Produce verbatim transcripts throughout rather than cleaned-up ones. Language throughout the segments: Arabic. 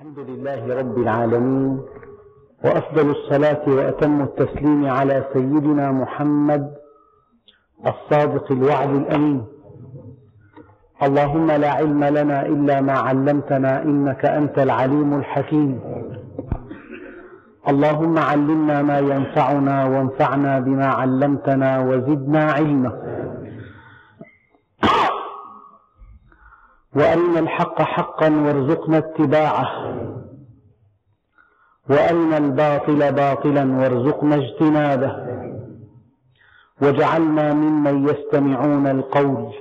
الحمد لله رب العالمين، وأفضل الصلاة وأتم التسليم على سيدنا محمد الصادق الوعد الأمين. اللهم لا علم لنا إلا ما علمتنا إنك أنت العليم الحكيم. اللهم علمنا ما ينفعنا وانفعنا بما علمتنا وزدنا علما، وأرنا الحق حقا وارزقنا اتباعه، وأرنا الباطل باطلا وارزقنا اجتنابه، واجعلنا ممن يستمعون القول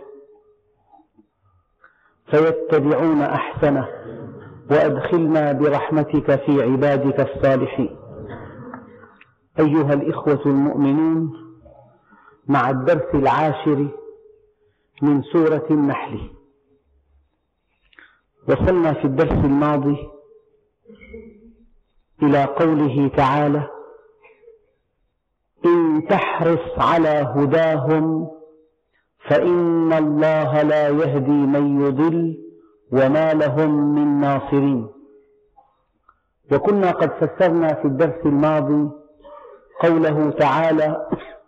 فيتبعون أحسنه، وأدخلنا برحمتك في عبادك الصالحين. أيها الإخوة المؤمنون، مع الدرس العاشر من سورة النحل. وصلنا في الدرس الماضي إلى قوله تعالى: إن تحرص على هداهم فإن الله لا يهدي من يضل وما لهم من ناصرين. وكنا قد فسرنا في الدرس الماضي قوله تعالى: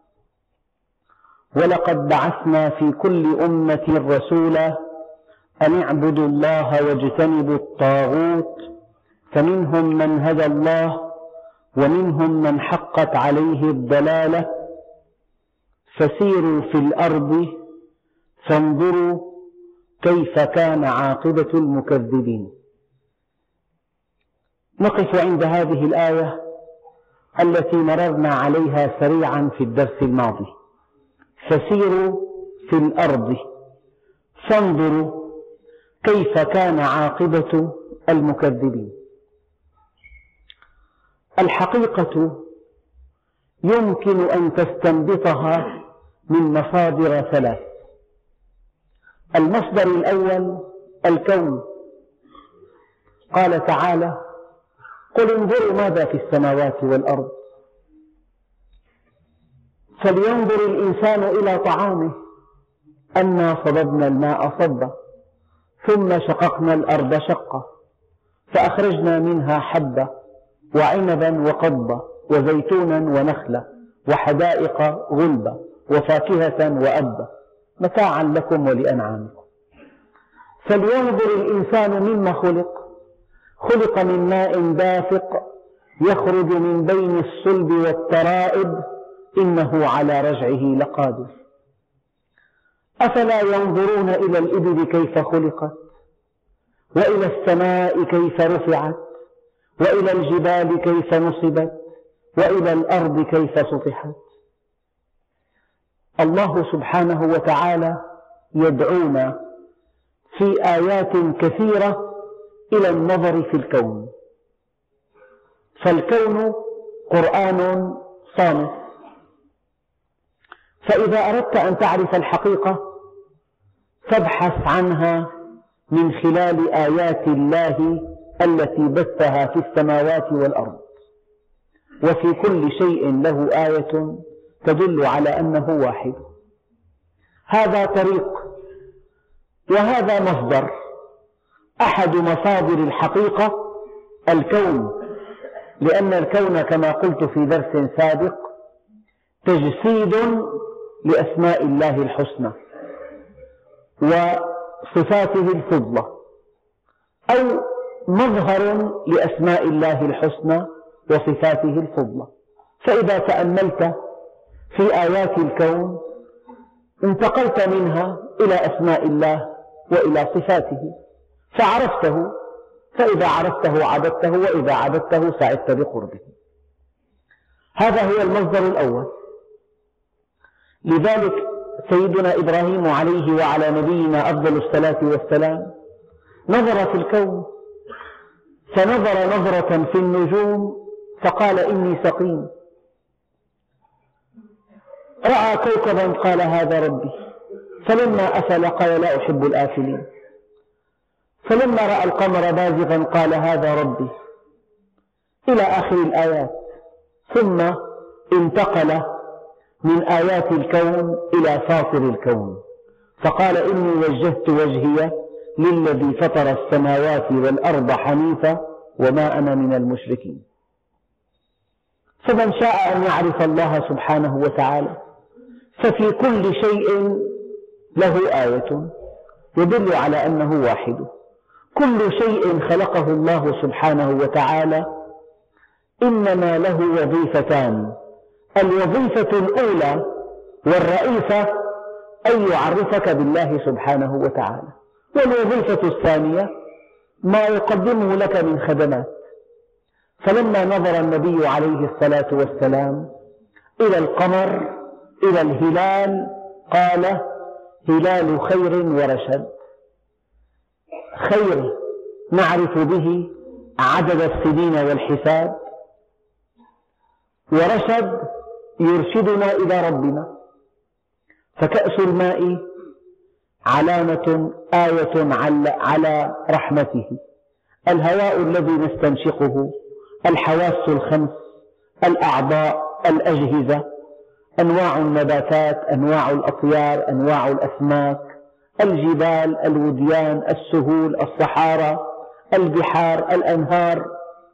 ولقد بعثنا في كل أمة رسولا أن اعبدوا الله واجتنبوا الطاغوت فمنهم من هدى الله ومنهم من حقت عليه الضلالة فسيروا في الأرض فانظروا كيف كان عاقبة المكذبين. نقف عند هذه الآية التي مررنا عليها سريعا في الدرس الماضي: فسيروا في الأرض فانظروا كيف كان عاقبة المكذبين. الحقيقة يمكن أن تستنبطها من مصادر ثلاث. المصدر الأول الكون، قال تعالى: قل انظروا ماذا في السماوات والأرض فلينظر الإنسان إلى طعامه أنا صببنا الماء صبا ثم شققنا الأرض شقا فأخرجنا منها حبا وعنبا وقضبا وزيتونا ونخلا وحدائق غلبا وفاكهة وأبا متاعا لكم ولأنعامكم. فلينظر الإنسان مما خلق. خلق من ماء دافق يخرج من بين الصلب والترائب إنه على رجعه لقادر. أفلا ينظرون إلى الإبل كيف خلقت وإلى السماء كيف رفعت وإلى الجبال كيف نصبت وإلى الأرض كيف سطحت. الله سبحانه وتعالى يدعونا في آيات كثيرة إلى النظر في الكون. فالكون قرآن صامت، فإذا أردت أن تعرف الحقيقة فابحث عنها من خلال آيات الله التي بثها في السماوات والأرض. وفي كل شيء له آية تدل على أنه واحد. هذا طريق وهذا مصدر. أحد مصادر الحقيقة الكون، لأن الكون كما قلت في درس سابق تجسيد لأسماء الله الحسنى وصفاته الفضلى، أو مظهر لأسماء الله الحسنى وصفاته الفضلى. فإذا تأملت في آيات الكون انتقلت منها إلى أسماء الله وإلى صفاته فعرفته، فإذا عرفته عبدته، وإذا عبدته سعدت بقربه. هذا هو المصدر الأول. لذلك سيدنا إبراهيم عليه وعلى نبينا أفضل الصلاة والسلام نظر في الكون، فنظر نظرة في النجوم فقال: إني سقيم. رأى كوكبا قال: هذا ربي. فلما أفل قال: لا أحب الآفلين. فلما رأى القمر بازغا قال: هذا ربي، إلى آخر الآيات. ثم انتقل من آيات الكون إلى فاطر الكون فقال: إني وجهت وجهي للذي فطر السماوات والأرض حنيفا وما أنا من المشركين. فمن شاء أن يعرف الله سبحانه وتعالى ففي كل شيء له آية يدل على أنه واحد. كل شيء خلقه الله سبحانه وتعالى إنما له وظيفتان: الوظيفة الأولى والرئيسة أن يعرفك بالله سبحانه وتعالى، والوظيفة الثانية ما يقدمه لك من خدمات. فلما نظر النبي عليه الصلاة والسلام إلى القمر إلى الهلال قال: هلال خير ورشد. خير نعرف به عدد السنين والحساب، ورشد يرشدنا إلى ربنا. فكأس الماء علامة آية على رحمته، الهواء الذي نستنشقه، الحواس الخمس، الأعضاء، الأجهزة، أنواع النباتات، أنواع الأطيار، أنواع الأسماك، الجبال، الوديان، السهول، الصحارى، البحار، الأنهار،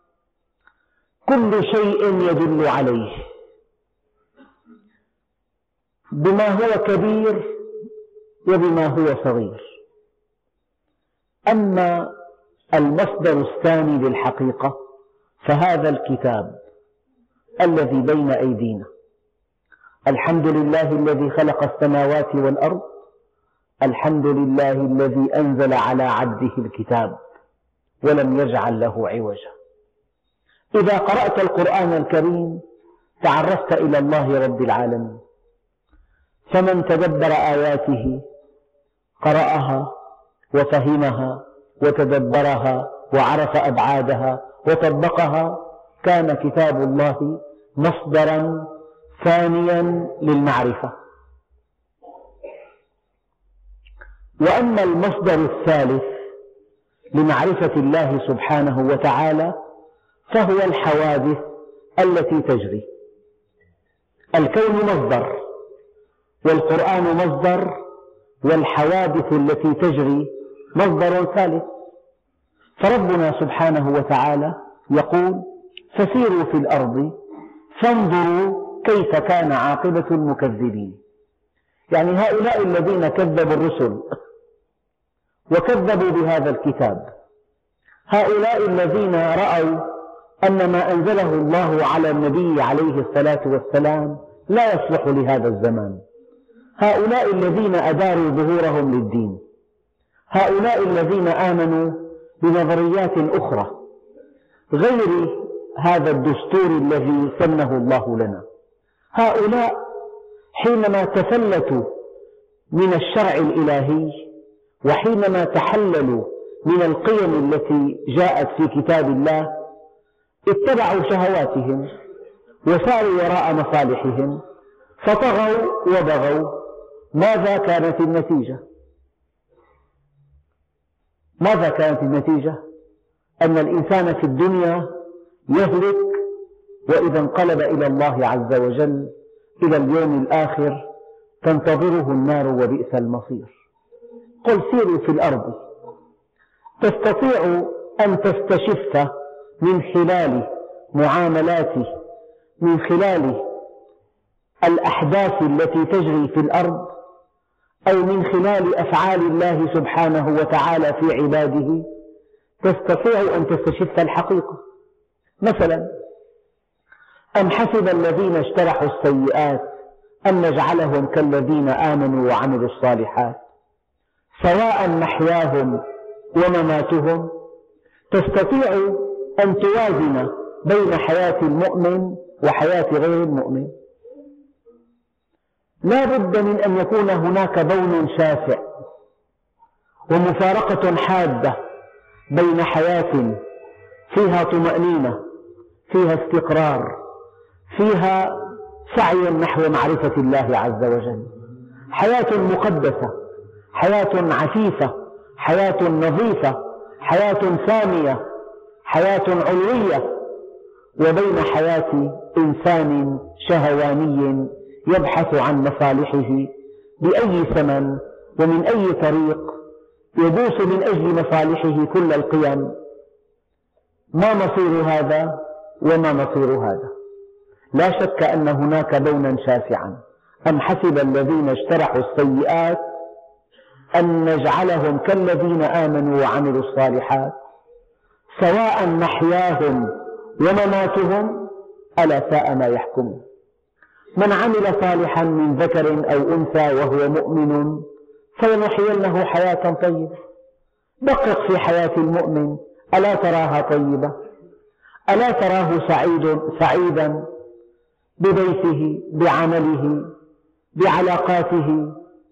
كل شيء يدل عليه بما هو كبير وبما هو صغير. أما المصدر الثاني للحقيقة فهذا الكتاب الذي بين أيدينا. الحمد لله الذي خلق السماوات والأرض، الحمد لله الذي أنزل على عبده الكتاب ولم يجعل له عوجا. إذا قرأت القرآن الكريم تعرفت إلى الله رب العالمين. فمن تدبر آياته قرأها وفهمها وتدبرها وعرف أبعادها وطبقها كان كتاب الله مصدرا ثانيا للمعرفة. وأما المصدر الثالث لمعرفة الله سبحانه وتعالى فهو الحوادث التي تجري. الكون مصدر، والقرآن مصدر، والحوادث التي تجري مصدر ثالث. فربنا سبحانه وتعالى يقول: فسيروا في الأرض فانظروا كيف كان عاقبة المكذبين. يعني هؤلاء الذين كذبوا الرسل وكذبوا بهذا الكتاب، هؤلاء الذين رأوا أن ما أنزله الله على النبي عليه الصلاة والسلام لا يصلح لهذا الزمان، هؤلاء الذين أداروا ظهورهم للدين، هؤلاء الذين آمنوا بنظريات أخرى غير هذا الدستور الذي سنه الله لنا، هؤلاء حينما تفلتوا من الشرع الإلهي وحينما تحللوا من القيم التي جاءت في كتاب الله اتبعوا شهواتهم وساروا وراء مصالحهم فطغوا وبغوا. ماذا كانت النتيجة؟ ماذا كانت النتيجة؟ أن الإنسان في الدنيا يهلك، وإذا انقلب إلى الله عز وجل إلى اليوم الآخر تنتظره النار وبئس المصير. قل سيروا في الأرض، تستطيع أن تستشف من خلال معاملاته، من خلال الأحداث التي تجري في الأرض، أو من خلال أفعال الله سبحانه وتعالى في عباده، تستطيع أن تستشف الحقيقة. مثلا: أم حسب الذين اجترحوا السيئات أن نجعلهم كالذين آمنوا وعملوا الصالحات سواء محياهم ومماتهم. تستطيع أن توازن بين حياة المؤمن وحياة غير المؤمن. لا بد من أن يكون هناك بون شاسع ومفارقة حادة بين حياة فيها طمأنينة، فيها استقرار، فيها سعي نحو معرفة الله عز وجل، حياة مقدسة، حياة عفيفة، حياة نظيفة، حياة سامية، حياة علوية، وبين حياة إنسان شهواني يبحث عن مصالحه بأي ثمن ومن أي طريق، يدوس من أجل مصالحه كل القيم. ما مصير هذا وما مصير هذا؟ لا شك أن هناك بونا شاسعا. أم حسب الذين اجترحوا السيئات أن نجعلهم كالذين آمنوا وعملوا الصالحات سواء محياهم ومماتهم ألا ساء ما يحكمون. من عمل صالحا من ذكر أو أنثى وهو مؤمن فلنحيينه حياة طيبة. دقق في حياة المؤمن، ألا تراها طيبة؟ ألا تراه سعيد سعيدا ببيته، بعمله، بعلاقاته،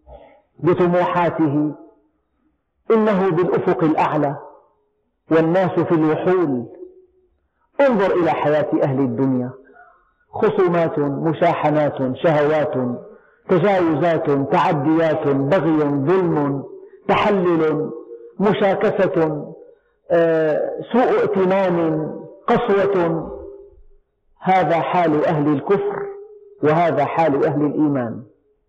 بطموحاته؟ إنه بالأفق الأعلى والناس في الوحول. انظر إلى حياة أهل الدنيا، خصومات، مشاحنات، شهوات، تجاوزات، تعديات، بغي، ظلم، تحلل، مشاكسة، سوء ائتمان، قسوة. هذا حال أهل الكفر وهذا حال أهل الإيمان.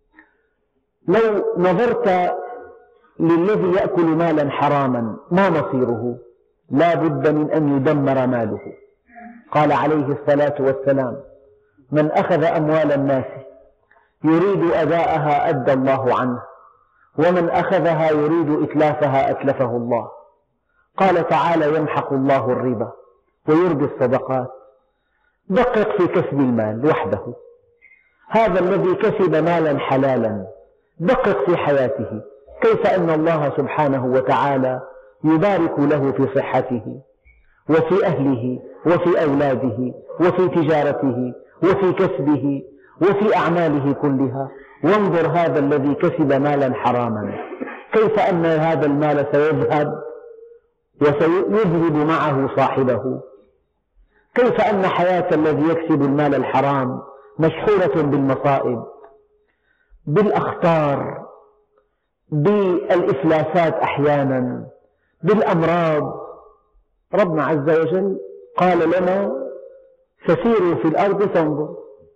لو نظرت للذي يأكل مالا حراما ما مصيره؟ لا بد من أن يدمر ماله. قال عليه الصلاة والسلام: من أخذ أموال الناس يريد أداءها أدى الله عنه، ومن أخذها يريد إتلافها أتلفه الله. قال تعالى: يمحق الله الربا ويربي الصدقات. دقق في كسب المال وحده، هذا الذي كسب مالا حلالا، دقق في حياته، كيف أن الله سبحانه وتعالى يبارك له في صحته وفي أهله وفي أولاده وفي تجارته وفي كسبه وفي أعماله كلها. وانظر هذا الذي كسب مالا حراما، كيف أن هذا المال سيذهب وسيذهب معه صاحبه. كيف أن حياة الذي يكسب المال الحرام مشحونة بالمصائب، بالأخطار، بالإفلاسات أحيانا، بالأمراض. ربنا عز وجل قال لنا: فسيروا في الأرض فانظروا.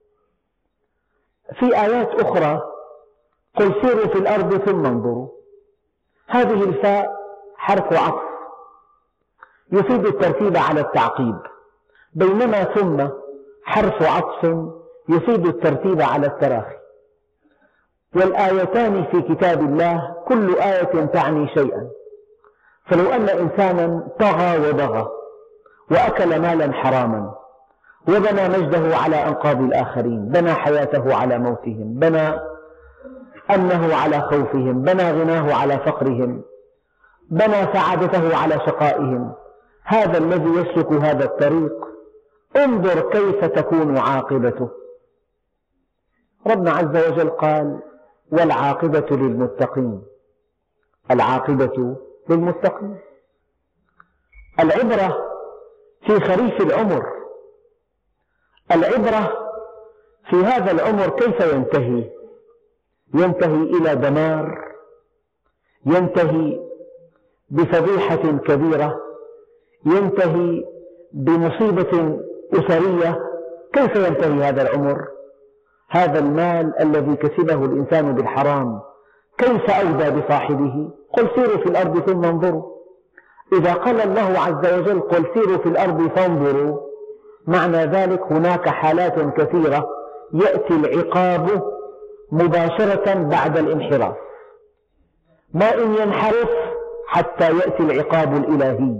في آيات أخرى: قل سيروا في الأرض ثم انظروا. هذه الفاء حرف عطف يفيد الترتيب على التعقيب، بينما ثم حرف عطف يفيد الترتيب على التراخي. والآيتان في كتاب الله كل آية تعني شيئا. فلو أن إنسانا طغى وبغى وأكل مالا حراما وبنى مجده على أنقاض الآخرين، بنى حياته على موتهم، بنى أمنه على خوفهم، بنى غناه على فقرهم، بنى سعادته على شقائهم، هذا الذي يسلك هذا الطريق انظر كيف تكون عاقبته. ربنا عز وجل قال: والعاقبة للمتقين. العاقبة للمتقين. العبرة في خريف العمر، العبرة في هذا العمر كيف ينتهي؟ ينتهي إلى دمار، ينتهي بفضيحة كبيرة، ينتهي بمصيبة أسرية. كيف ينتهي هذا العمر؟ هذا المال الذي كسبه الإنسان بالحرام كيف أودى بصاحبه؟ قل سيروا في الأرض ثم انظروا. إذا قال الله عز وجل: قل سيروا في الأرض فانظروا، معنى ذلك هناك حالات كثيرة يأتي العقاب مباشرة بعد الانحراف، ما إن ينحرف حتى يأتي العقاب الإلهي.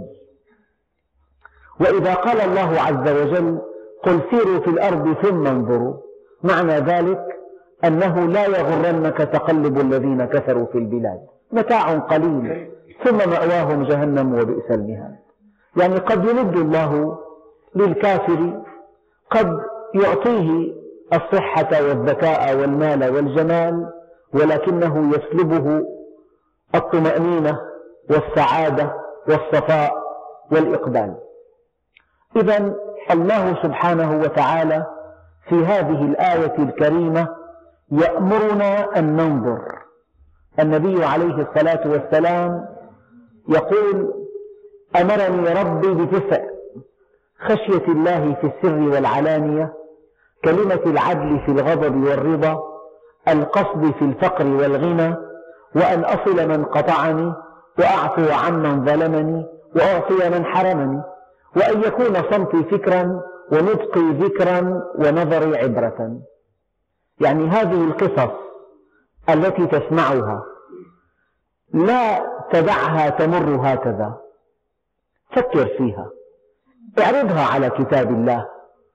وإذا قال الله عز وجل: قل سيروا في الأرض ثم انظروا، معنى ذلك أنه لا يغرنك تقلب الذين كفروا في البلاد، متاع قليل ثم مأواهم جهنم وبئس المهاد. يعني قد يمد الله للكافر، قد يعطيه الصحة والذكاء والمال والجمال، ولكنه يسلبه الطمأنينة والسعادة والصفاء والإقبال. إذن الله سبحانه وتعالى في هذه الآية الكريمة يأمرنا أن ننظر. النبي عليه الصلاة والسلام يقول: أمرني ربي بتسع: خشية الله في السر والعلانية، كلمة العدل في الغضب والرضا، القصد في الفقر والغنى، وأن أصل من قطعني، وأعفو عمن ظلمني، وأعطي من حرمني. وأن يكون صمتي فكرا ونطقي ذكرا ونظري عبرة. يعني هذه القصص التي تسمعها لا تدعها تمر هكذا، فكر فيها، اعرضها على كتاب الله،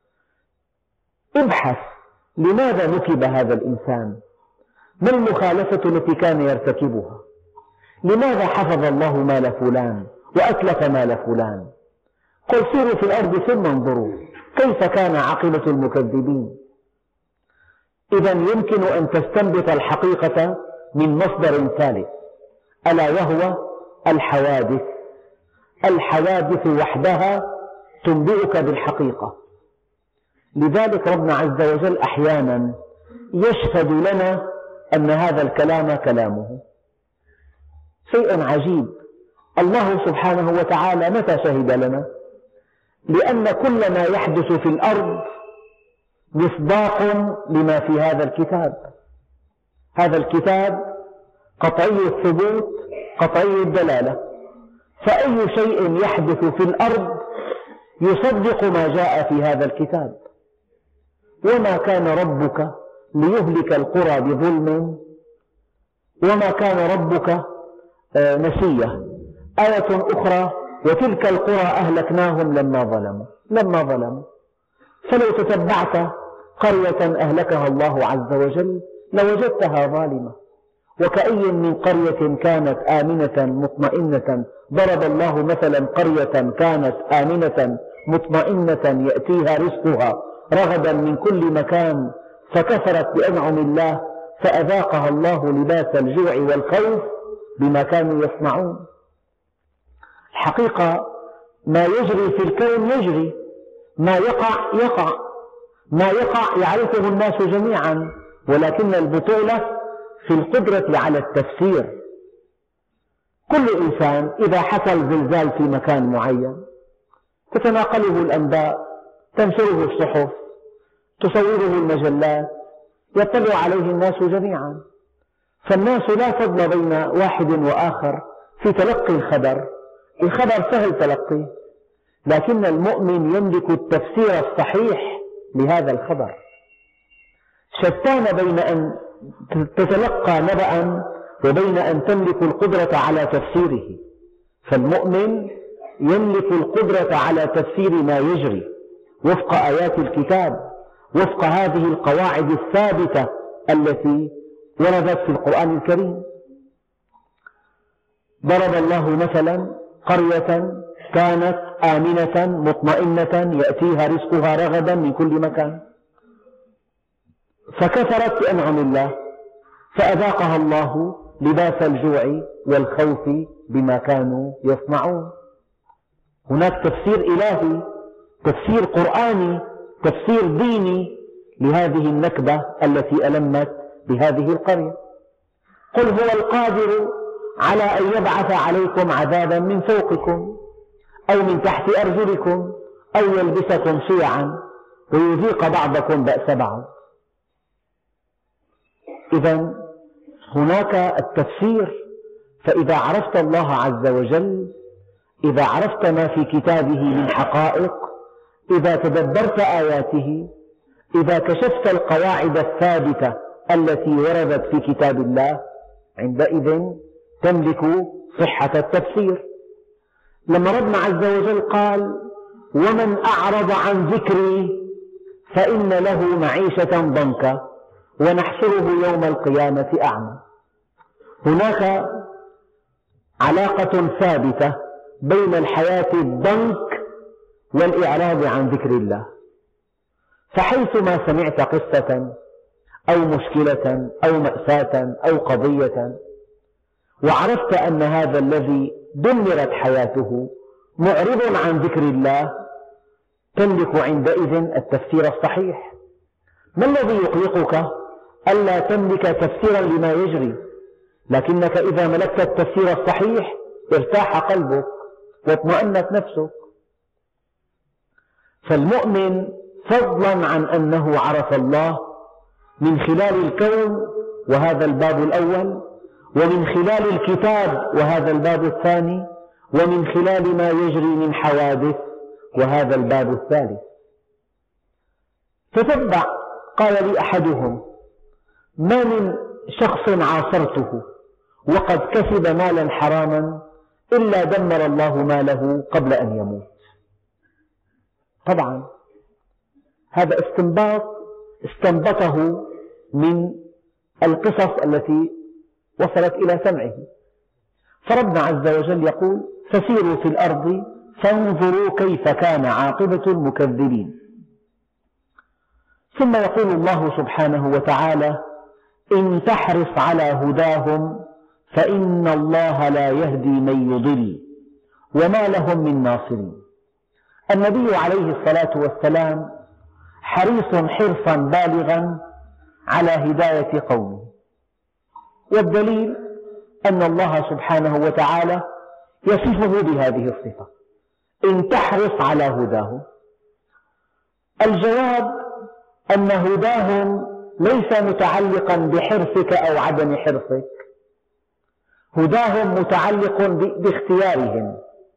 ابحث لماذا نكب هذا الإنسان؟ ما المخالفة التي كان يرتكبها؟ لماذا حفظ الله مال فلان وأتلف مال فلان؟ قل سيروا في الأرض ثم انظروا كيف كان عاقبة المكذبين. إذا يمكن أن تستنبط الحقيقة من مصدر ثالث، ألا وهو الحوادث. الحوادث وحدها تنبئك بالحقيقة. لذلك ربنا عز وجل أحيانا يشهد لنا أن هذا الكلام كلامه. شيء عجيب، الله سبحانه وتعالى متى شهد لنا؟ لأن كل ما يحدث في الأرض مصداق لما في هذا الكتاب. هذا الكتاب قطعي الثبوت قطعي الدلالة، فأي شيء يحدث في الأرض يصدق ما جاء في هذا الكتاب. وما كان ربك ليهلك القرى بظلم وما كان ربك نسيا. آية أخرى: وتلك القرى أهلكناهم لما ظلموا. لما ظلموا فلو تتبعت قرية أهلكها الله عز وجل لوجدتها ظالمة. وكأي من قرية كانت آمنة مطمئنة، ضرب الله مثلا قرية كانت آمنة مطمئنة يأتيها رزقها رغدا من كل مكان فكفرت بأنعم الله فأذاقها الله لباس الجوع والخوف بما كانوا يصنعون. الحقيقة ما يجري في الكون يجري، ما يقع يقع، ما يقع يعرفه الناس جميعا، ولكن البطولة في القدرة على التفسير. كل إنسان إذا حصل زلزال في مكان معين تتناقله الأنباء، تنشره الصحف، تصوره المجلات، يطلع عليه الناس جميعا. فالناس لا فضل بين واحد وآخر في تلقي الخبر. الخبر سهل تلقيه، لكن المؤمن يملك التفسير الصحيح لهذا الخبر. شتان بين أن تتلقى نبأ وبين أن تملك القدرة على تفسيره. فالمؤمن يملك القدرة على تفسير ما يجري وفق آيات الكتاب، وفق هذه القواعد الثابتة التي وردت في القرآن الكريم. ضرب الله مثلا قرية كانت آمنة مطمئنة يأتيها رزقها رغدا من كل مكان فكفرت بأنعم الله فأذاقها الله لباس الجوع والخوف بما كانوا يصنعون. هناك تفسير إلهي، تفسير قرآني، تفسير ديني لهذه النكبة التي ألمت بهذه القرية. قل هو القادر على أن يبعث عليكم عذابا من فوقكم أو من تحت أرجلكم أو يلبسكم شيعا ويذيق بعضكم بأس بعض. إذا هناك التفسير. فإذا عرفت الله عز وجل، إذا عرفت ما في كتابه من حقائق، إذا تدبرت آياته، إذا كشفت القواعد الثابتة التي وردت في كتاب الله، عندئذ تملك صحة التفسير. لما ربنا عز وجل قال: ومن أعرض عن ذكري فإن له معيشة ضنكا ونحشره يوم القيامة أعمى، هناك علاقة ثابتة بين الحياة الضنك والإعراض عن ذكر الله. فحيثما سمعت قصة أو مشكلة أو مأساة أو قضية وعرفت أن هذا الذي دمرت حياته معرض عن ذكر الله، تملك عندئذ التفسير الصحيح. ما الذي يقلقك؟ ألا تملك تفسيرا لما يجري، لكنك إذا ملكت التفسير الصحيح ارتاح قلبك واطمأنت نفسك. فالمؤمن فضلا عن أنه عرف الله من خلال الكون وهذا الباب الأول، ومن خلال الكتاب وهذا الباب الثاني، ومن خلال ما يجري من حوادث وهذا الباب الثالث. تتبع، قال لي أحدهم: ما من شخص عاصرته وقد كسب مالا حراما إلا دمر الله ماله قبل أن يموت. طبعا هذا استنباط استنبطه من القصص التي وصلت إلى سمعه. فربنا عز وجل يقول: فسيروا في الأرض فانظروا كيف كان عاقبة المكذبين. ثم يقول الله سبحانه وتعالى: إن تحرص على هداهم فإن الله لا يهدي من يضل وما لهم من ناصرين. النبي عليه الصلاة والسلام حريص حرصا بالغا على هداية قومه، والدليل أن الله سبحانه وتعالى يصفه بهذه الصفة: إن تحرص على هداهم. الجواب أن هداهم ليس متعلقا بحرصك أو عدم حرصك، هداهم متعلق باختيارهم.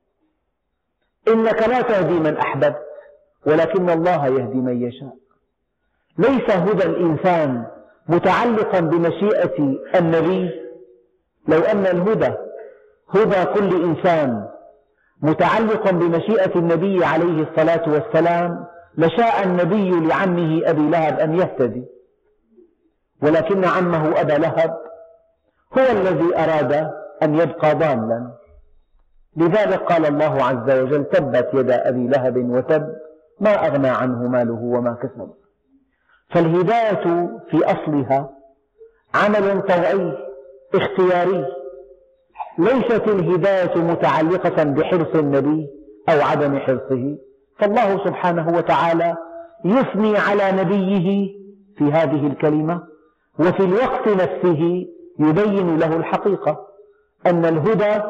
إنك لا تهدي من أحببت ولكن الله يهدي من يشاء. ليس هدى الإنسان متعلقا بمشيئة النبي. لو أن الهدى هدى كل إنسان متعلق بمشيئة النبي عليه الصلاة والسلام لشاء النبي لعمه أبي لهب أن يهتدي، ولكن عمه أبا لهب هو الذي أراد أن يبقى ضالا. لذلك قال الله عز وجل: تبت يدا أبي لهب وتب ما أغنى عنه ماله وما كسب. فالهداية في أصلها عمل طوعي اختياري، ليست الهداية متعلقة بحرص النبي أو عدم حرصه. فالله سبحانه وتعالى يثني على نبيه في هذه الكلمة، وفي الوقت نفسه يبين له الحقيقة أن الهدى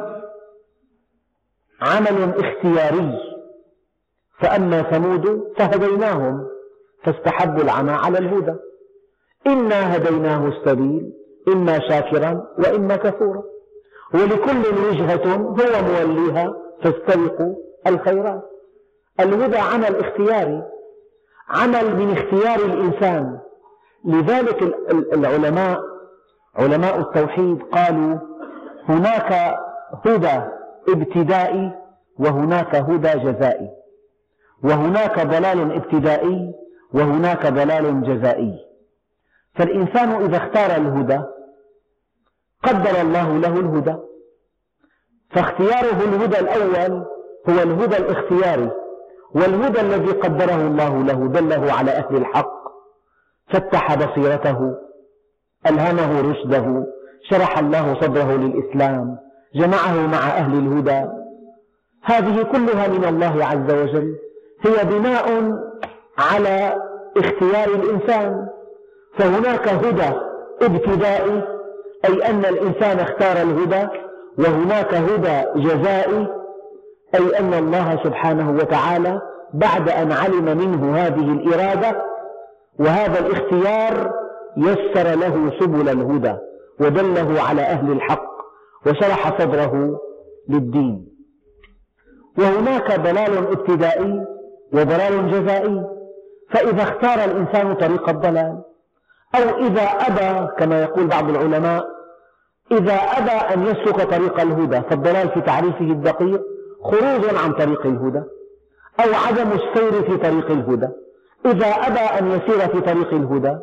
عمل اختياري. فأما ثمود فهديناهم فاستحبوا العمى على الهدى، إنا هديناه السبيل إما شاكرا وإما كفورا ولكل وجهة هو موليها فاستبقوا الخيرات. الهدى عمل اختياري، عمل من اختيار الإنسان. لذلك العلماء علماء التوحيد قالوا: هناك هدى ابتدائي وهناك هدى جزائي، وهناك ضلال ابتدائي وهناك ضلال جزائي. فالإنسان إذا اختار الهدى قدر الله له الهدى، فاختياره الهدى الأول هو الهدى الاختياري، والهدى الذي قدره الله له دله على أهل الحق، فتح بصيرته، ألهمه رشده، شرح الله صدره للإسلام، جمعه مع أهل الهدى. هذه كلها من الله عز وجل، هي بناء على اختيار الإنسان. فهناك هدى ابتدائي أي أن الإنسان اختار الهدى، وهناك هدى جزائي أي أن الله سبحانه وتعالى بعد أن علم منه هذه الإرادة وهذا الاختيار يسر له سبل الهدى ودله على أهل الحق وشرح صدره للدين. وهناك ضلال ابتدائي وضلال جزائي. فإذا اختار الإنسان طريق الضلال أو إذا أبى، كما يقول بعض العلماء، إذا أبى أن يسلك طريق الهدى، فالضلال في تعريفه الدقيق خروج عن طريق الهدى أو عدم السير في طريق الهدى. إذا أبى أن يسير في طريق الهدى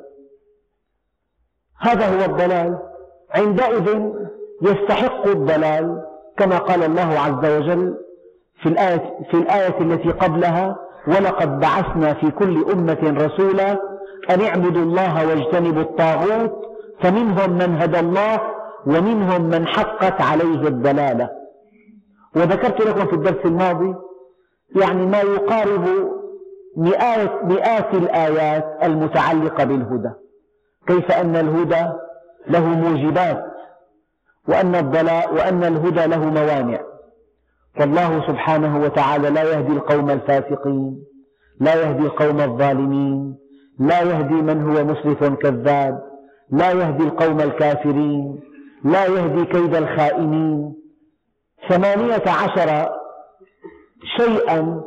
هذا هو الضلال، عندئذ يستحق الضلال، كما قال الله عز وجل في الآية, في الآية التي قبلها: ولقد بعثنا في كل أمة رسولا أن اعبدوا الله واجتنبوا الطاغوت فمنهم من هدى الله ومنهم من حقت عليه الضلالة. وذكرت لكم في الدرس الماضي يعني ما يقارب مئات, مئات الآيات المتعلقة بالهدى، كيف أن الهدى له موجبات وأن, الضلال وأن الهدى له موانع. والله سبحانه وتعالى لا يهدي القوم الفاسقين، لا يهدي القوم الظالمين، لا يهدي من هو مسرف كذاب، لا يهدي القوم الكافرين، لا يهدي كيد الخائنين. ثمانية عشر شيئا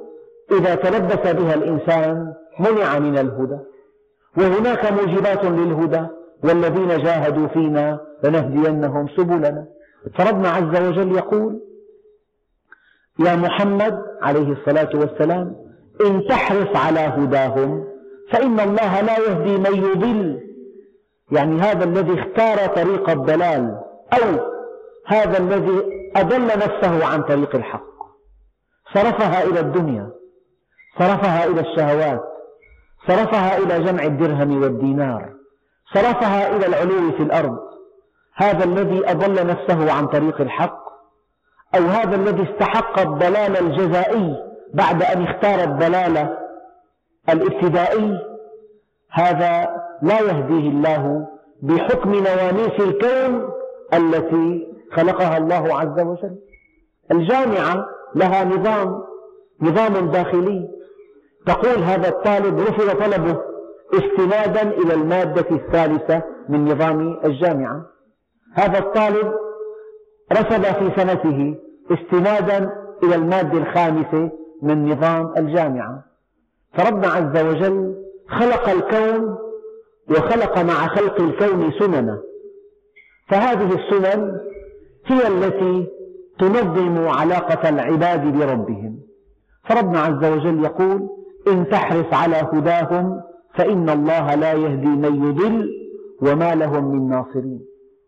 إذا تلبس بها الإنسان منع من الهدى، وهناك موجبات للهدى، والذين جاهدوا فينا لنهدينهم سبلنا. فربنا عز وجل يقول: يا محمد عليه الصلاة والسلام، إن تحرص على هداهم فإن الله لا يهدي من يضل، يعني هذا الذي اختار طريق الضلال أو هذا الذي أضل نفسه عن طريق الحق، صرفها إلى الدنيا، صرفها إلى الشهوات، صرفها إلى جمع الدرهم والدينار، صرفها إلى العلو في الأرض، هذا الذي أضل نفسه عن طريق الحق أو هذا الذي استحق الضلال الجزائي بعد أن اختار الضلال الابتدائي، هذا لا يهديه الله بحكم نواميس الكون التي خلقها الله عز وجل. الجامعة لها نظام نظام داخلي، تقول هذا الطالب رفض طلبه استنادا إلى المادة الثالثة من نظام الجامعة، هذا الطالب رفض في سنته استنادا إلى المادة الخامسة من نظام الجامعة. فربنا عز وجل خلق الكون وخلق مع خلق الكون سننا، فهذه السنن هي التي تنظم علاقة العباد بربهم. فربنا عز وجل يقول: إن تحرص على هداهم فإن الله لا يهدي من يضل وما لهم من ناصرين.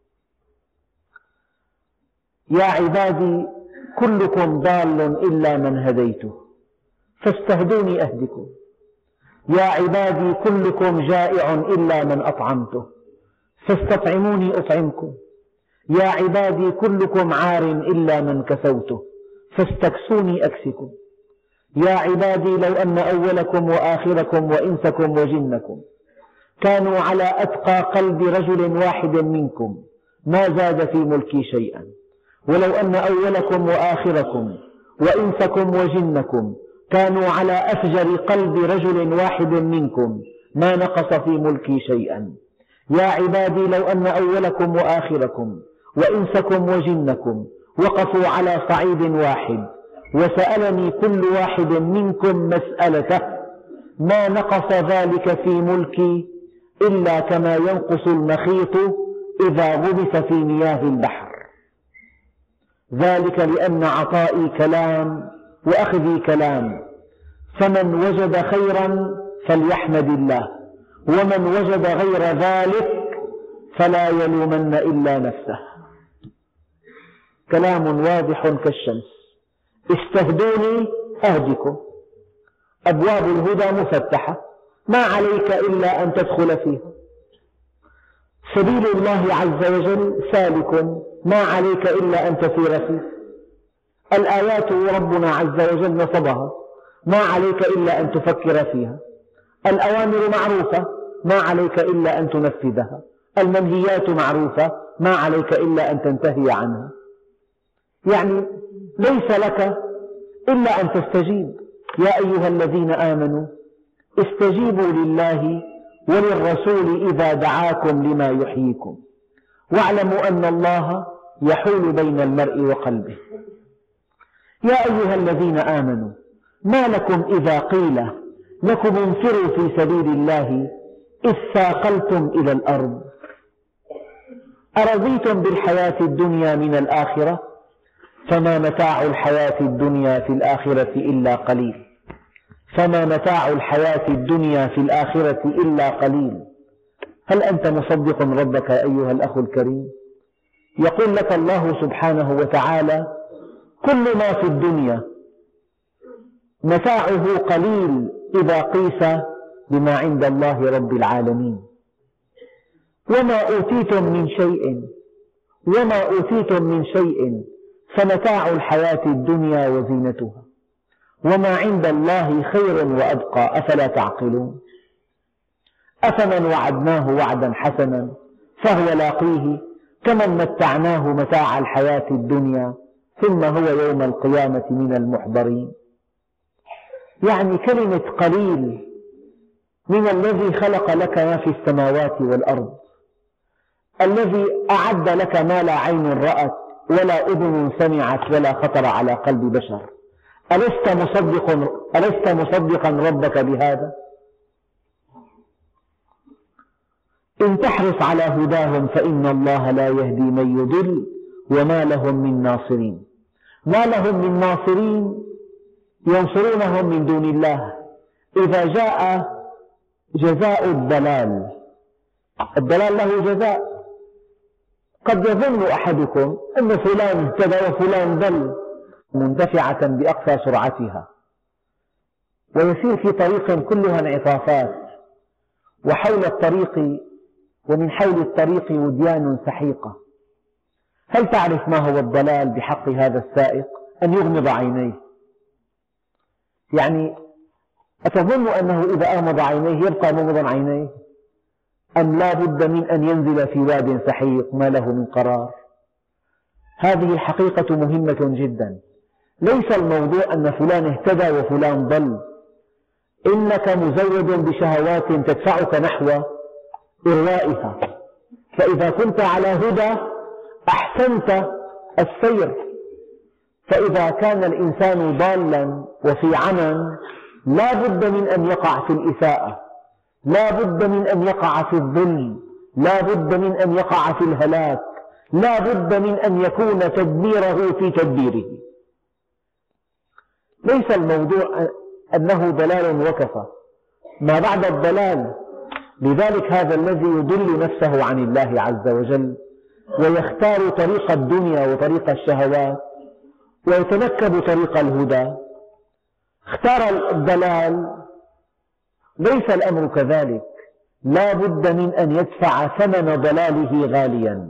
يا عبادي كلكم ضال إلا من هديته فاستهدوني أهدكم، يا عبادي كلكم جائع إلا من أطعمته فاستطعموني أطعمكم، يا عبادي كلكم عار إلا من كسوته فاستكسوني أكسكم، يا عبادي لو أن أولكم وآخركم وإنسكم وجنكم كانوا على أتقى قلب رجل واحد منكم ما زاد في ملكي شيئا، ولو أن أولكم وآخركم وإنسكم وجنكم كانوا على أفجر قلب رجل واحد منكم ما نقص في ملكي شيئا، يا عبادي لو أن أولكم وآخركم وإنسكم وجنكم وقفوا على صعيد واحد وسألني كل واحد منكم مسألته ما نقص ذلك في ملكي إلا كما ينقص المخيط إذا غمس في مياه البحر، ذلك لأن عطائي كلام وأخذي كلام، فمن وجد خيرا فليحمد الله، ومن وجد غير ذلك فلا يلومن إلا نفسه. كلام واضح كالشمس. استهدوني أهدكم، أبواب الهدى مفتحة، ما عليك إلا أن تدخل فيها، سبيل الله عز وجل سالك، ما عليك إلا أن تسير فيه، الآيات ربنا عز وجل نصبها، ما عليك إلا أن تفكر فيها، الأوامر معروفة، ما عليك إلا أن تنفذها، المنهيات معروفة، ما عليك إلا أن تنتهي عنها. يعني ليس لك إلا أن تستجيب. يا أيها الذين آمنوا استجيبوا لله وللرسول إذا دعاكم لما يحييكم واعلموا أن الله يحول بين المرء وقلبه. يا أيها الذين آمنوا ما لكم إذا قيل لكم انفروا في سبيل الله إذ ثاقلتم إلى الأرض أرضيتم بالحياة الدنيا من الآخرة فما متاع الحياة الدنيا في الآخرة إلا قليل فما متاع الحياة الدنيا في الآخرة إلا قليل. هل أنت مصدق ربك أيها الأخ الكريم؟ يقول لك الله سبحانه وتعالى: كل ما في الدنيا متاعه قليل إذا قيس بما عند الله رب العالمين، وما أوتيتم من شيء وما أوتيتم من شيء فمتاع الحياة الدنيا وزينتها وما عند الله خير وأبقى أفلا تعقلون. أفمن وعدناه وعدا حسنا فهو لاقيه كمن متعناه متاع الحياة الدنيا ثم هو يوم القيامة من المحضرين. يعني كلمة قليل من الذي خلق لك ما في السماوات والأرض، الذي أعد لك ما لا عين رأت ولا أذن سمعت ولا خطر على قلب بشر. ألست مصدق ألست مصدقا ربك بهذا؟ إن تحرص على هداهم فإن الله لا يهدي من يضل وما لهم من ناصرين. ما لهم من ناصرين ينصرونهم من دون الله. إذا جاء جزاء الضلال، الضلال له جزاء. قد يظن أحدكم أن فلان اهتدى وفلان ضل، مندفعة بأقصى سرعتها، ويسير في طريق كلها انعطافات، وحول الطريق ومن حول الطريق وديان سحيقة. هل تعرف ما هو الضلال بحق هذا السائق؟ أن يغمض عينيه. يعني أتظن أنه إذا أغمض عينيه يبقى مغمضا عينيه، أم لا بد من أن ينزل في واد سحيق ما له من قرار؟ هذه الحقيقة مهمة جدا. ليس الموضوع أن فلان اهتدى وفلان ضل، إنك مزود بشهوات تدفعك نحو إروائها، فإذا كنت على هدى أحسنت السير. فإذا كان الإنسان ضالا وفي عمى لا بد من أن يقع في الإساءة، لا بد من أن يقع في الظلم، لا بد من أن يقع في الهلاك، لا بد من أن يكون تدميره في تدبيره. ليس الموضوع أنه ضلال وكفى، ما بعد الضلال. لذلك هذا الذي يضل نفسه عن الله عز وجل ويختار طريق الدنيا وطريق الشهوات ويتنكب طريق الهدى، اختار الضلال. ليس الأمر كذلك، لا بد من أن يدفع ثمن ضلاله غاليا.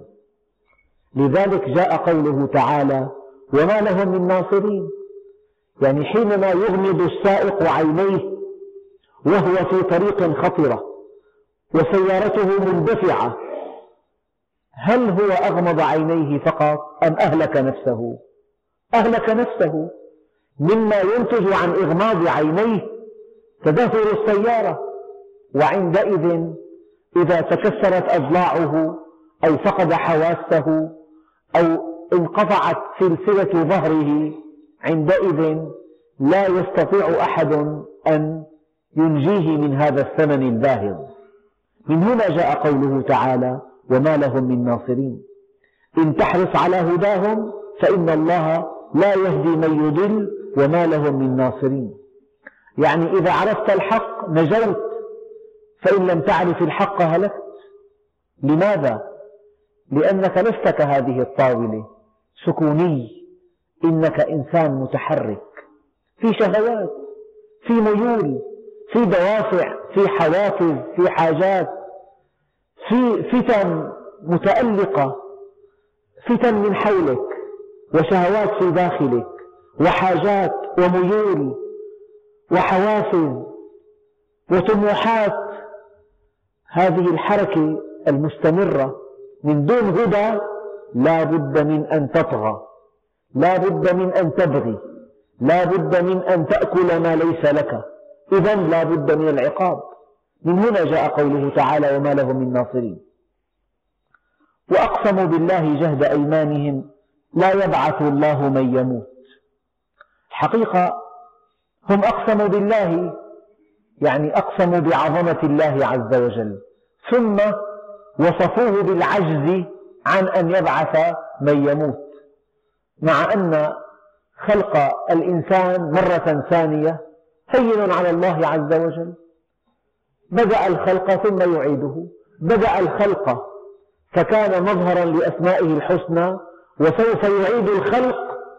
لذلك جاء قوله تعالى: وما لهم من ناصرين. يعني حينما يغمض السائق عينيه وهو في طريق خطرة وسيارته مندفعة، هل هو أغمض عينيه فقط أم أهلك نفسه؟ أهلك نفسه. مما ينتج عن إغماض عينيه تدهور السيارة، وعندئذ إذا تكسرت أضلاعه أو فقد حواسه أو انقطعت سلسلة ظهره، عندئذ لا يستطيع أحد أن ينجيه من هذا الثمن الباهظ. من هنا جاء قوله تعالى: وما لهم من ناصرين. إن تحرص على هداهم فإن الله لا يهدي من يضل وما لهم من ناصرين. يعني إذا عرفت الحق نجوت، فإن لم تعرف الحق هلكت. لماذا؟ لأنك لست كهذه الطاولة سكوني، إنك إنسان متحرك، في شهوات، في ميول، في دوافع، في حوافز، في حاجات، في فتن متألقة، فتن من حولك وشهوات في داخلك وحاجات وميول وحوافز وطموحات. هذه الحركة المستمرة من دون هدى لا بد من أن تطغى، لا بد من أن تبغي، لا بد من أن تأكل ما ليس لك، إذن لا بد من العقاب. من هنا جاء قوله تعالى: وما لهم من ناصرين. وأقسموا بالله جهد أيمانهم لا يبعث الله من يموت. الحقيقة هم أقسموا بالله، يعني أقسموا بعظمة الله عز وجل، ثم وصفوه بالعجز عن أن يبعث من يموت، مع أن خلق الإنسان مرة ثانية هين على الله عز وجل. بدأ الخلق ثم يعيده، بدأ الخلق فكان مظهرا لأسمائه الحسنى، وسوف يعيد الخلق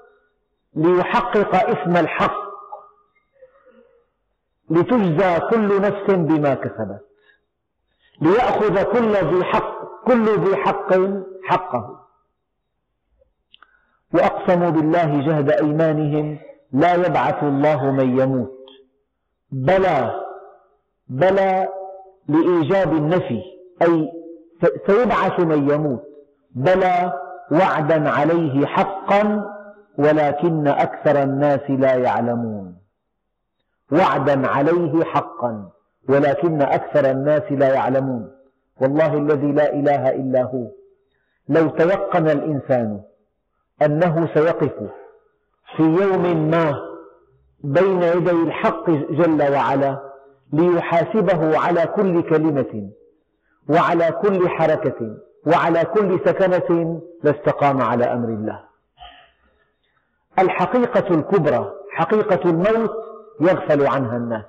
ليحقق اسم الحق، لتجزى كل نفس بما كسبت، ليأخذ كل ذي حق كل ذي حق حقه. وأقسموا بالله جهد أيمانهم لا يبعث الله من يموت. بلى بلى لإيجاب النفي، أي سيبعث من يموت. بلى وعدا عليه حقا ولكن أكثر الناس لا يعلمون. وعدا عليه حقا ولكن أكثر الناس لا يعلمون. والله الذي لا إله إلا هو، لو تيقن الإنسان أنه سيقف في يوم ما بين يدي الحق جل وعلا ليحاسبه على كل كلمة وعلى كل حركة وعلى كل سكنة لاستقام على أمر الله. الحقيقة الكبرى حقيقة الموت يغفل عنها الناس،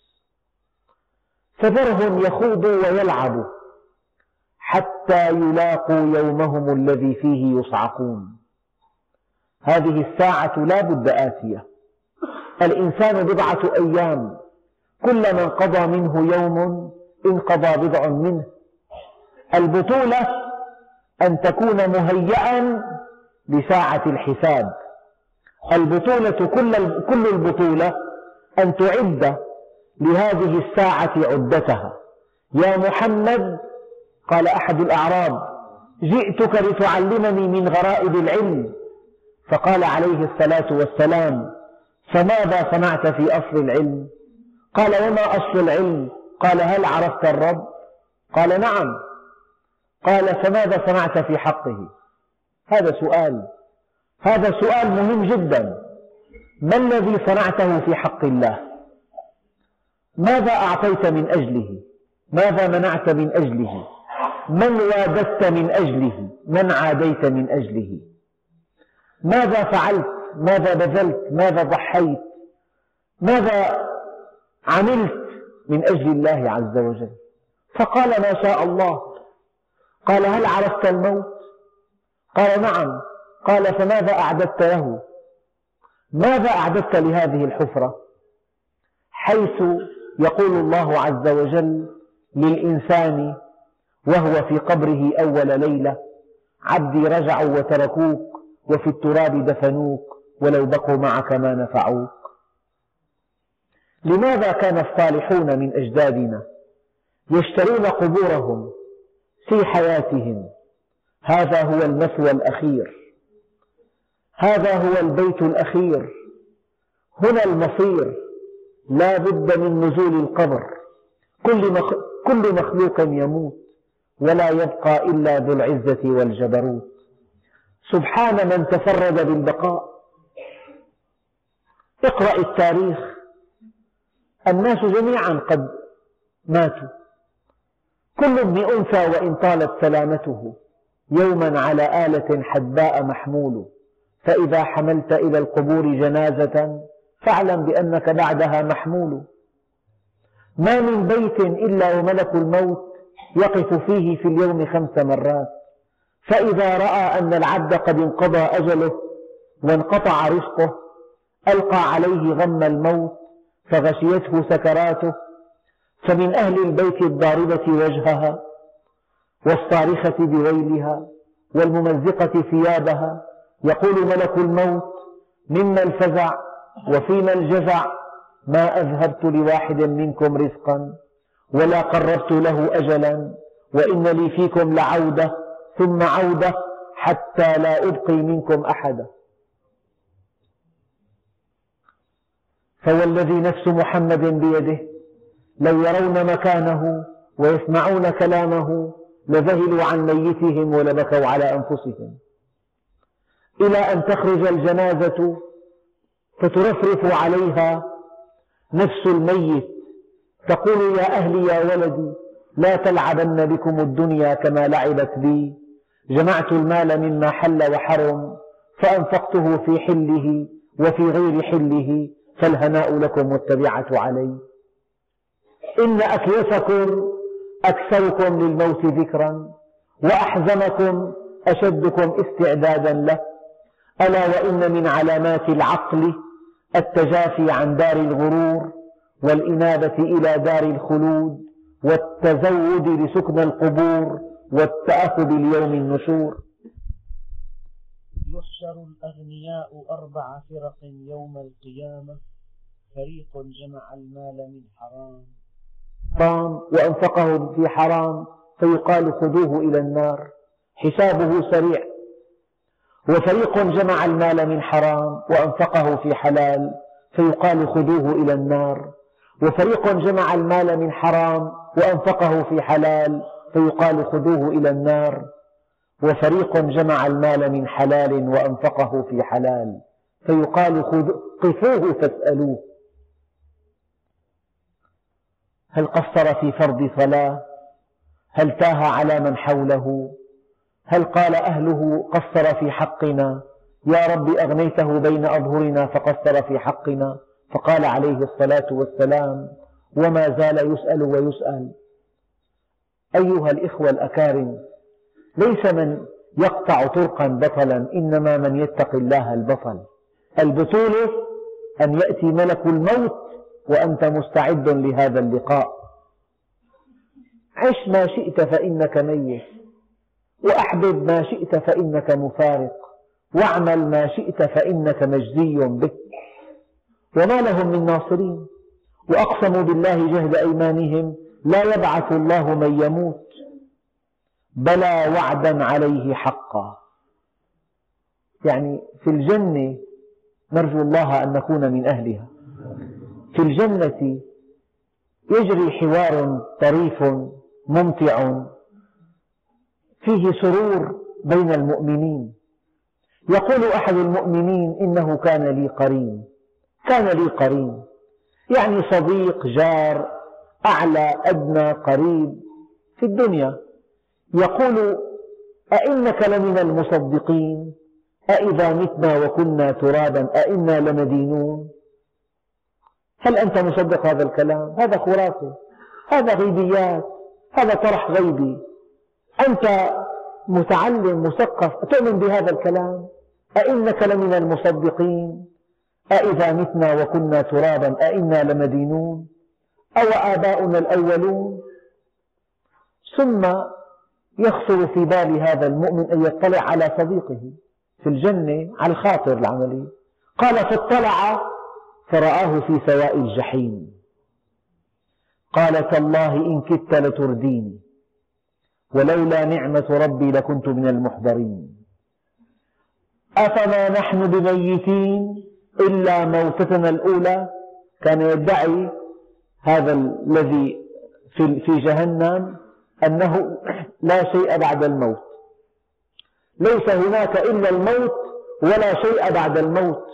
فذرهم يخوضوا ويلعبوا حتى يلاقوا يومهم الذي فيه يصعقون. هذه الساعة لا بد آتية، الإنسان بضعة أيام، كلما انقضى منه يوم انقضى بضع منه. البطولة أن تكون مهيئا لساعة الحساب، البطولة كل البطولة أن تعد لهذه الساعة عدتها. يا محمد، قال أحد الأعراب: جئتك لتعلمني من غرائب العلم، فقال عليه الصلاة والسلام: فماذا صنعت في أصل العلم؟ قال: وما أصل العلم؟ قال: هل عرفت الرب؟ قال: نعم. قال: فماذا صنعت في حقه؟ هذا سؤال، هذا سؤال مهم جدا. ما الذي صنعته في حق الله؟ ماذا أعطيت من أجله؟ ماذا منعت من أجله؟ من واددت من أجله؟ من عاديت من أجله؟ ماذا فعلت؟ ماذا بذلت؟ ماذا ضحيت؟ ماذا عملت من أجل الله عز وجل؟ فقال: ما شاء الله. قال: هل عرفت الموت؟ قال: نعم. قال: فماذا أعددت له؟ ماذا أعددت لهذه الحفرة؟ حيث يقول الله عز وجل للإنسان وهو في قبره أول ليلة: عبدي رجعوا وتركوك وفي التراب دفنوك ولو بقوا معك ما نفعوك. لماذا كان الصالحون من أجدادنا يشترون قبورهم في حياتهم؟ هذا هو المثوى الأخير، هذا هو البيت الأخير، هنا المصير، لا بد من نزول القبر. كل مخلوق يموت ولا يبقى إلا ذو العزة والجبروت. سبحان من تفرد بالبقاء. اقرأ التاريخ، الناس جميعا قد ماتوا، كل ابن أنثى وإن طالت سلامته يوما على آلة حدباء محمول، فإذا حملت إلى القبور جنازة فاعلم بأنك بعدها محمول. ما من بيت إلا وملك الموت يقف فيه في اليوم خمس مرات، فإذا رأى أن العبد قد انقضى أجله وانقطع رزقه ألقى عليه غم الموت فغشيته سكراته. فمن أهل البيت الضاربة وجهها والصارخة بويلها والممزقة ثيابها يقول ملك الموت: مما الفزع وفيما الجزع؟ ما أذهبت لواحد منكم رزقا ولا قربت له أجلا، وإن لي فيكم لعودة ثم عودة حتى لا أبقي منكم أحدا. فوالذي نفس محمد بيده لو يرون مكانه ويسمعون كلامه لذهلوا عن ميتهم ولبكوا على أنفسهم، إلى أن تخرج الجنازة فترفرف عليها نفس الميت تقول: يا أهلي يا ولدي لا تلعبن بكم الدنيا كما لعبت بي، جمعت المال مما حل وحرم فأنفقته في حله وفي غير حله، فالهناء لكم والتبعة علي. إن أكيسكم أكثركم للموت ذكرا وأحزمكم أشدكم استعدادا له، ألا وإن من علامات العقل التجافي عن دار الغرور والإنابة إلى دار الخلود والتزود لسكن القبور والتأهب ليوم النشور. يحشر الأغنياء أربع فرق يوم القيامة: فريق جمع المال من حرام حرام وأنفقه في حرام فيقال خذوه إلى النار حسابه سريع، وفريق جمع المال من حرام وأنفقه في حلال فيقال خذوه إلى النار، وفريق جمع المال من حرام وأنفقه في حلال فيقال خذوه إلى النار، وفريق جمع المال من حلال وأنفقه في حلال فيقال قفوه فاسألوه. هل قصر في فرض صلاة؟ هل تاه على من حوله؟ هل قال أهله قصر في حقنا، يا رب أغنيته بين أظهرنا فقصر في حقنا؟ فقال عليه الصلاة والسلام: وما زال يسأل ويسأل. أيها الإخوة الأكارم، ليس من يقطع طرقا بطلا، إنما من يتقي الله البطل. البطولة أن يأتي ملك الموت وأنت مستعد لهذا اللقاء. عش ما شئت فإنك ميت، وأحبب ما شئت فإنك مفارق، واعمل ما شئت فإنك مجزي بك. وما لهم من ناصرين، وأقسموا بالله جهد أيمانهم: لا يبعث الله من يموت، بلى وعدا عليه حقا. يعني في الجنة نرجو الله أن نكون من أهلها. في الجنة يجري حوار طريف ممتع فيه سرور بين المؤمنين. يقول أحد المؤمنين: إنه كان لي قرين. كان لي قرين يعني صديق، جار، أعلى أدنى قريب في الدنيا. يقول: أئنك لمن المصدقين؟ أئذا متنا وكنا ترابا أئنا لمدينون؟ هل أنت مصدق هذا الكلام؟ هذا خرافة، هذا غيبيات، هذا طرح غيبي. أنت متعلم مثقف تؤمن بهذا الكلام؟ أئنك لمن المصدقين؟ أئذا متنا وكنا ترابا أئنا لمدينون؟ أو آباؤنا الأولون؟ ثم يخطر في بال هذا المؤمن أن يطلع على صديقه في الجنة على الخاطر العملي. قال: فاطلع فرآه في سواء الجحيم. قال: تالله إن كدت لترديني، ولولا نعمة ربي لكنت من المحضرين. أفما نحن بميتين إلا موتتنا الأولى. كان يدعي هذا الذي في جهنم أنه لا شيء بعد الموت، ليس هناك إلا الموت ولا شيء بعد الموت.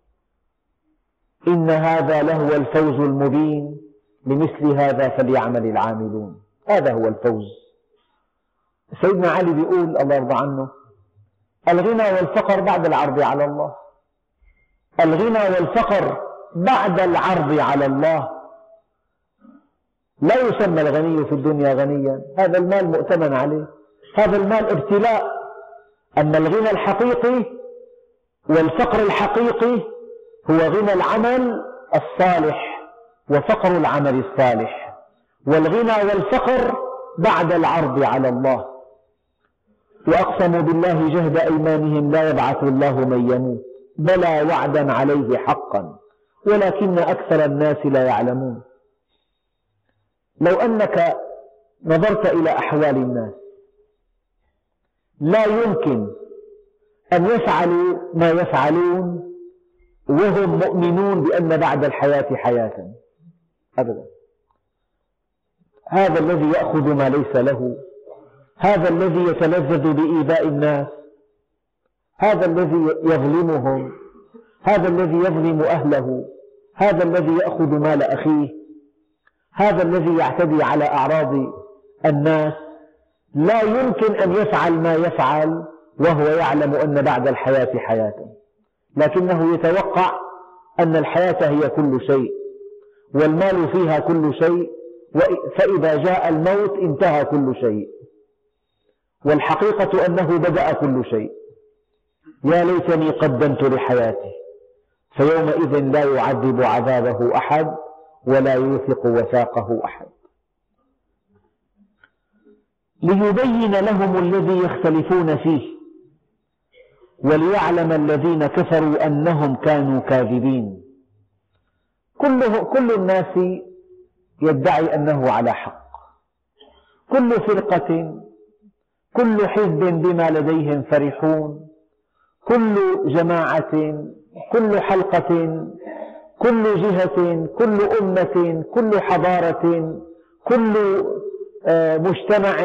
إن هذا لهو الفوز المبين، لمثل هذا فليعمل العاملون. هذا هو الفوز. سيدنا علي بيقول الله يرضى عنه: الغنى والفقر بعد العرض على الله. الغنى والفقر بعد العرض على الله. لا يسمى الغني في الدنيا غنيا، هذا المال مؤتمن عليه، هذا المال ابتلاء. أما الغنى الحقيقي والفقر الحقيقي هو غنى العمل الصالح وفقر العمل الصالح، والغنى والفقر بعد العرض على الله. وأقسموا بالله جهد أيمانهم: لا يبعث الله من يموت، بلى وعدا عليه حقا ولكن أكثر الناس لا يعلمون. لو أنك نظرت إلى أحوال الناس، لا يمكن أن يفعلوا ما يفعلون وهم مؤمنون بأن بعد الحياة حياة أبدا. هذا الذي يأخذ ما ليس له، هذا الذي يتلذذ بإيذاء الناس، هذا الذي يظلمهم، هذا الذي يظلم أهله، هذا الذي يأخذ مال أخيه، هذا الذي يعتدي على أعراض الناس، لا يمكن أن يفعل ما يفعل وهو يعلم أن بعد الحياة حياة، لكنه يتوقع أن الحياة هي كل شيء والمال فيها كل شيء، فإذا جاء الموت انتهى كل شيء، والحقيقة أنه بدأ كل شيء. يا ليتني قدمت لحياتي، فيومئذ لا يعذب عذابه أحد ولا يوثق وثاقه أحد. ليبين لهم الذي يختلفون فيه وليعلم الذين كفروا أنهم كانوا كاذبين. كله كل الناس يدعي أنه على حق، كل فرقة، كل حزب بما لديهم فرحون، كل جماعة، كل حلقة، كل جهة، كل أمة، كل حضارة، كل مجتمع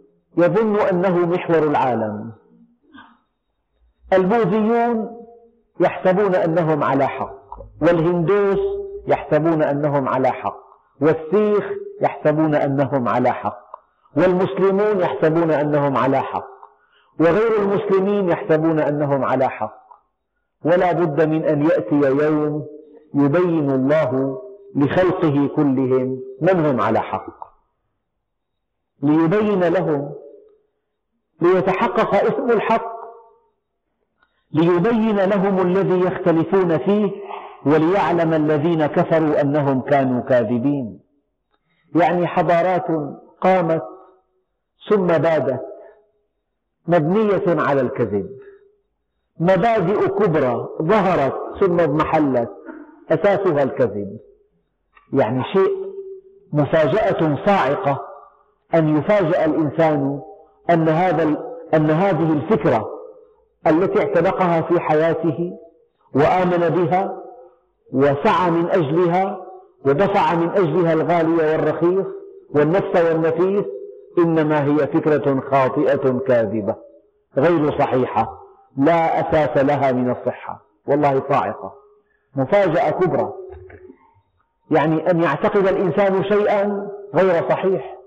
يظن أنه محور العالم. البوذيون يحسبون أنهم على حق، والهندوس يحسبون أنهم على حق، والسيخ يحسبون أنهم على حق، والمسلمون يحسبون أنهم على حق، وغير المسلمين يحسبون أنهم على حق. ولا بد من أن يأتي يوم يبين الله لخلقه كلهم من هم على حق، ليبين لهم، ليتحقق اسم الحق، ليبين لهم الذي يختلفون فيه، وليعلم الذين كفروا أنهم كانوا كاذبين. يعني حضارات قامت ثم بادت مبنية على الكذب، مبادئ كبرى ظهرت ثم اضمحلت أساسها الكذب. يعني شيء مفاجأة صاعقة أن يفاجأ الإنسان أن, هذا أن هذه الفكرة التي اعتنقها في حياته وآمن بها وسعى من أجلها ودفع من أجلها الغالي والرخيص والنفس والنفيس، إنما هي فكرة خاطئة كاذبة غير صحيحة، لا أساس لها من الصحة. والله صاعقة، مفاجأة كبرى، يعني أن يعتقد الإنسان شيئا غير صحيح.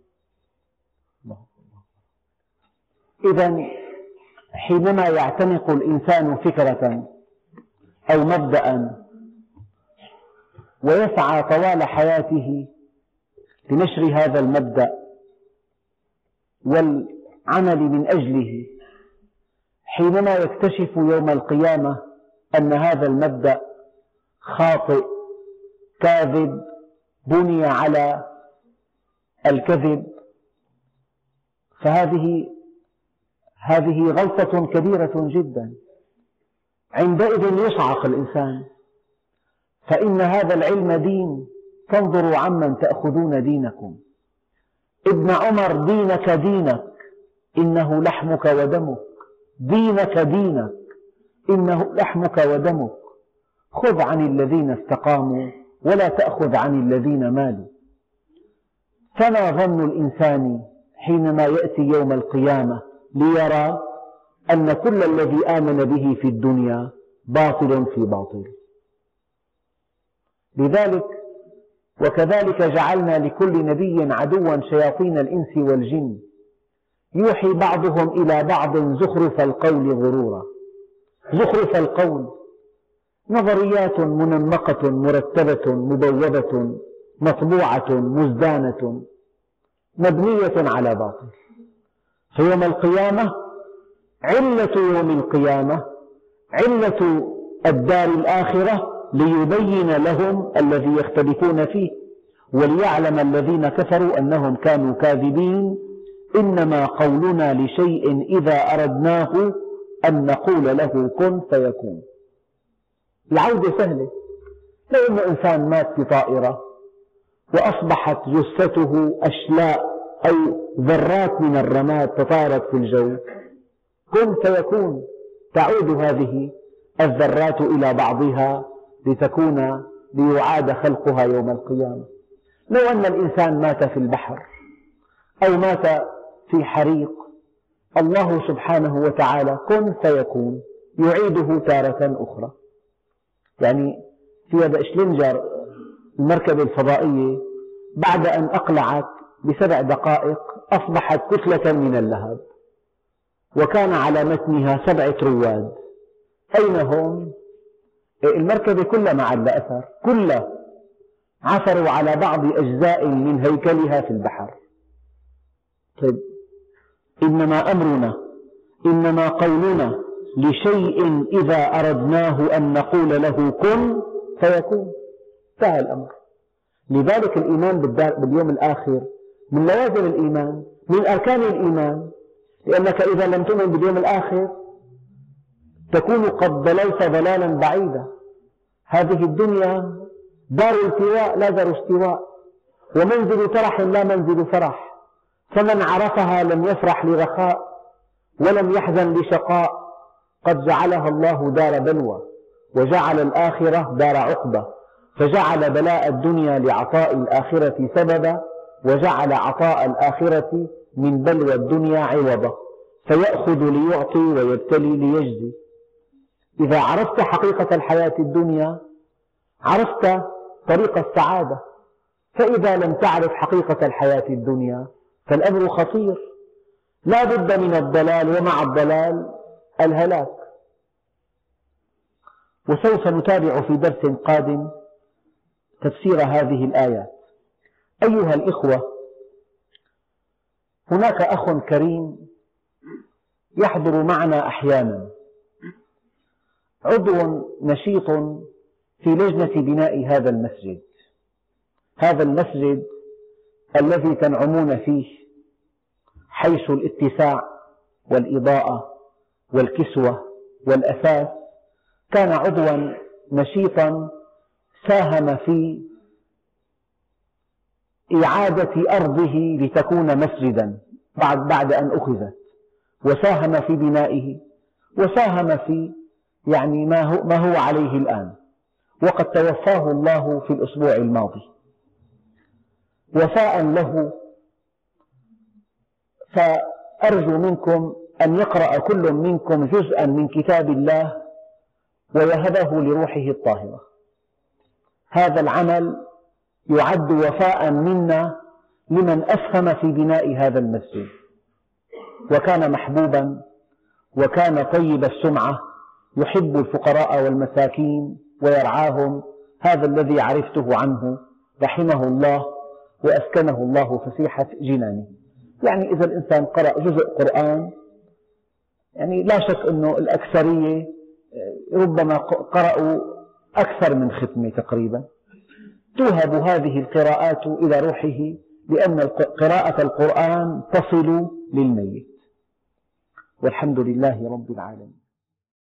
إذن حينما يعتنق الإنسان فكرة أو مبدأ ويسعى طوال حياته لنشر هذا المبدأ والعمل من أجله، حينما يكتشف يوم القيامة أن هذا المبدأ خاطئ كاذب بني على الكذب، فهذه هذه غلطة كبيرة جدا. عندئذ يصعق الإنسان، فإن هذا العلم دين، فانظروا عمن تأخذون دينكم. ابن عمر دينك دينك إنه لحمك ودمك، دينك دينك إنه لحمك ودمك، خذ عن الذين استقاموا ولا تأخذ عن الذين مالوا. فما ظن الإنسان حينما يأتي يوم القيامة ليرى أن كل الذي آمن به في الدنيا باطل في باطل؟ لذلك وكذلك جعلنا لكل نبي عدوا شياطين الإنس والجن يوحي بعضهم إلى بعض زخرف القول غرورا. زخرف القول نظريات منمقة مرتبة مبوبة مطبوعة مزدانة مبنية على باطل. في يوم القيامة علة يوم القيامة علة الدار الآخرة ليبين لهم الذي يختلفون فيه، وليعلم الذين كفروا أنهم كانوا كاذبين. إنما قولنا لشيء إذا أردناه أن نقول له كن فيكون. العودة سهلة. لو أن إنسان مات في طائرة وأصبحت جثته أشلاء أو ذرات من الرماد تطارت في الجو، كن فيكون، تعود هذه الذرات إلى بعضها لتكون ليعاد خلقها يوم القيامة. لو أن الإنسان مات في البحر أو مات في حريق، الله سبحانه وتعالى كن فيكون يعيده تارة أخرى. يعني في هذا إشلنجر المركبة الفضائية بعد أن أقلعت بسبع دقائق أصبحت كتلة من اللهب، وكان على متنها سبعة رواد. أين هم؟ المركبة كلها ما عاد أثر، كلها عثروا على بعض أجزاء من هيكلها في البحر. طيب، إنما أمرنا إنما قولنا لشيء إذا أردناه أن نقول له كن فيكون، انتهى الأمر. لذلك الإيمان باليوم الآخر من لوازم الإيمان، من أركان الإيمان، لأنك إذا لم تؤمن باليوم الآخر تكون قد ضللت ضلالا بعيدا. هذه الدنيا دار التواء لا دار استواء، ومنزل ترح لا منزل فرح، فمن عرفها لم يفرح لرخاء ولم يحزن لشقاء. قد جعلها الله دار بلوى، وجعل الآخرة دار عقبة، فجعل بلاء الدنيا لعطاء الآخرة سببا، وجعل عطاء الآخرة من بلوى الدنيا عوضا، فيأخذ ليعطي ويبتلي ليجزي. إذا عرفت حقيقة الحياة الدنيا عرفت طريق السعادة، فإذا لم تعرف حقيقة الحياة الدنيا فالأمر خطير، لا بد من الضلال، ومع الضلال الهلاك. وسوف نتابع في درس قادم تفسير هذه الآيات. أيها الإخوة، هناك أخ كريم يحضر معنا أحيانا، عضو نشيط في لجنة بناء هذا المسجد، هذا المسجد الذي تنعمون فيه حيث الاتساع والإضاءة والكسوة والأثاث، كان عضوا نشيطا ساهم في إعادة أرضه لتكون مسجدا بعد, بعد أن أخذت، وساهم في بنائه، وساهم في يعني ما هو, ما هو عليه الآن، وقد توفاه الله في الأسبوع الماضي. وفاء له فأرجو منكم أن يقرأ كل منكم جزءا من كتاب الله ويهبه لروحه الطاهرة. هذا العمل يعد وفاء منا لمن أسهم في بناء هذا المسجد، وكان محبوبا وكان طيب السمعة، يحب الفقراء والمساكين ويرعاهم. هذا الذي عرفته عنه، رحمه الله وأسكنه الله فسيحة جنانه. يعني إذا الإنسان قرأ جزء قرآن، يعني لا شك أنه الأكثرية ربما قرأوا أكثر من ختمة تقريبا. توهب هذه القراءات إلى روحه، لأن قراءة القرآن تصل للميت. والحمد لله رب العالمين.